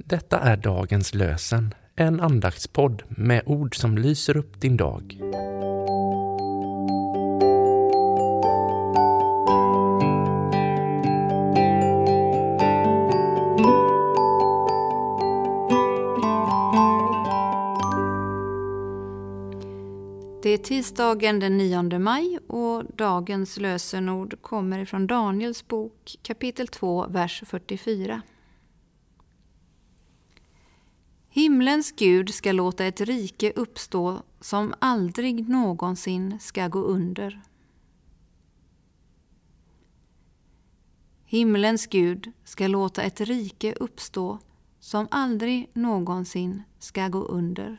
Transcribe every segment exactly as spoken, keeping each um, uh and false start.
Detta är dagens lösen, en andaktspodd med ord som lyser upp din dag. Det är tisdagen den nionde maj och dagens lösenord kommer ifrån Daniels bok kapitel två, vers fyrtiofyra. Himlens Gud ska låta ett rike uppstå som aldrig någonsin ska gå under. Himlens Gud ska låta ett rike uppstå som aldrig någonsin ska gå under.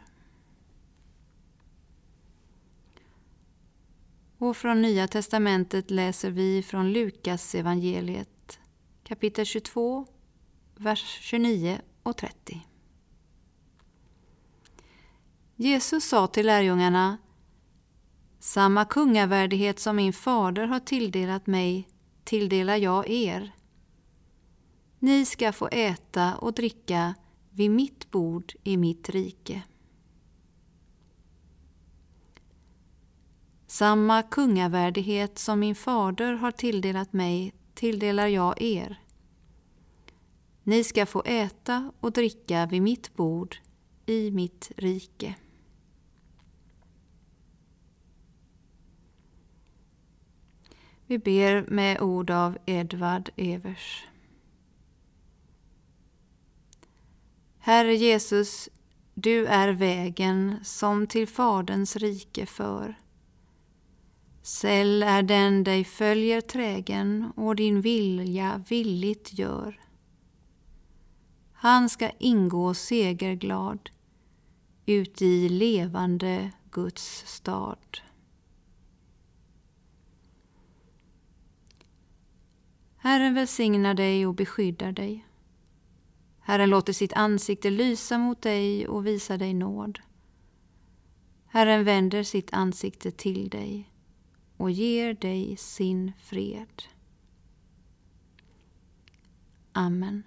Och från Nya testamentet läser vi från Lukas evangeliet kapitel tjugotvå, vers tjugonio och trettio. Jesus sa till lärjungarna: samma kungavärdighet som min fader har tilldelat mig tilldelar jag er. Ni ska få äta och dricka vid mitt bord i mitt rike. Samma kungavärdighet som min fader har tilldelat mig tilldelar jag er. Ni ska få äta och dricka vid mitt bord i mitt rike. Vi ber med ord av Edvard Evers. Herre Jesus, du är vägen som till Faderns rike för. Säll är den dig följer trägen och din vilja villigt gör. Han ska ingå segerglad ut i levande Guds stad. Herren välsignar dig och beskyddar dig. Herren låter sitt ansikte lysa mot dig och visa dig nåd. Herren vänder sitt ansikte till dig och ger dig sin fred. Amen.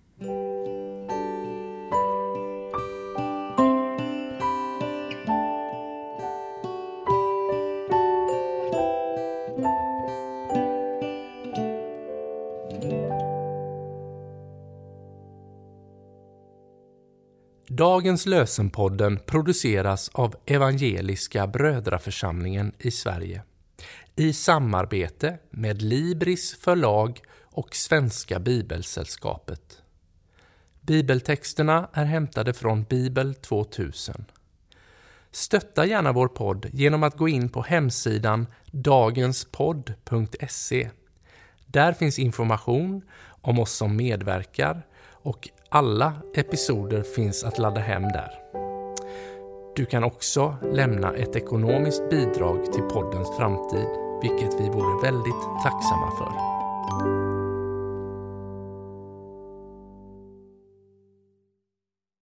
Dagens lösenpodden produceras av Evangeliska Brödraförsamlingen i Sverige i samarbete med Libris förlag och Svenska Bibelsällskapet. Bibeltexterna är hämtade från Bibel tvåtusen. Stötta gärna vår podd genom att gå in på hemsidan dagenspodd punkt se. Där finns information om oss som medverkar och alla episoder finns att ladda hem där. Du kan också lämna ett ekonomiskt bidrag till poddens framtid, vilket vi vore väldigt tacksamma för.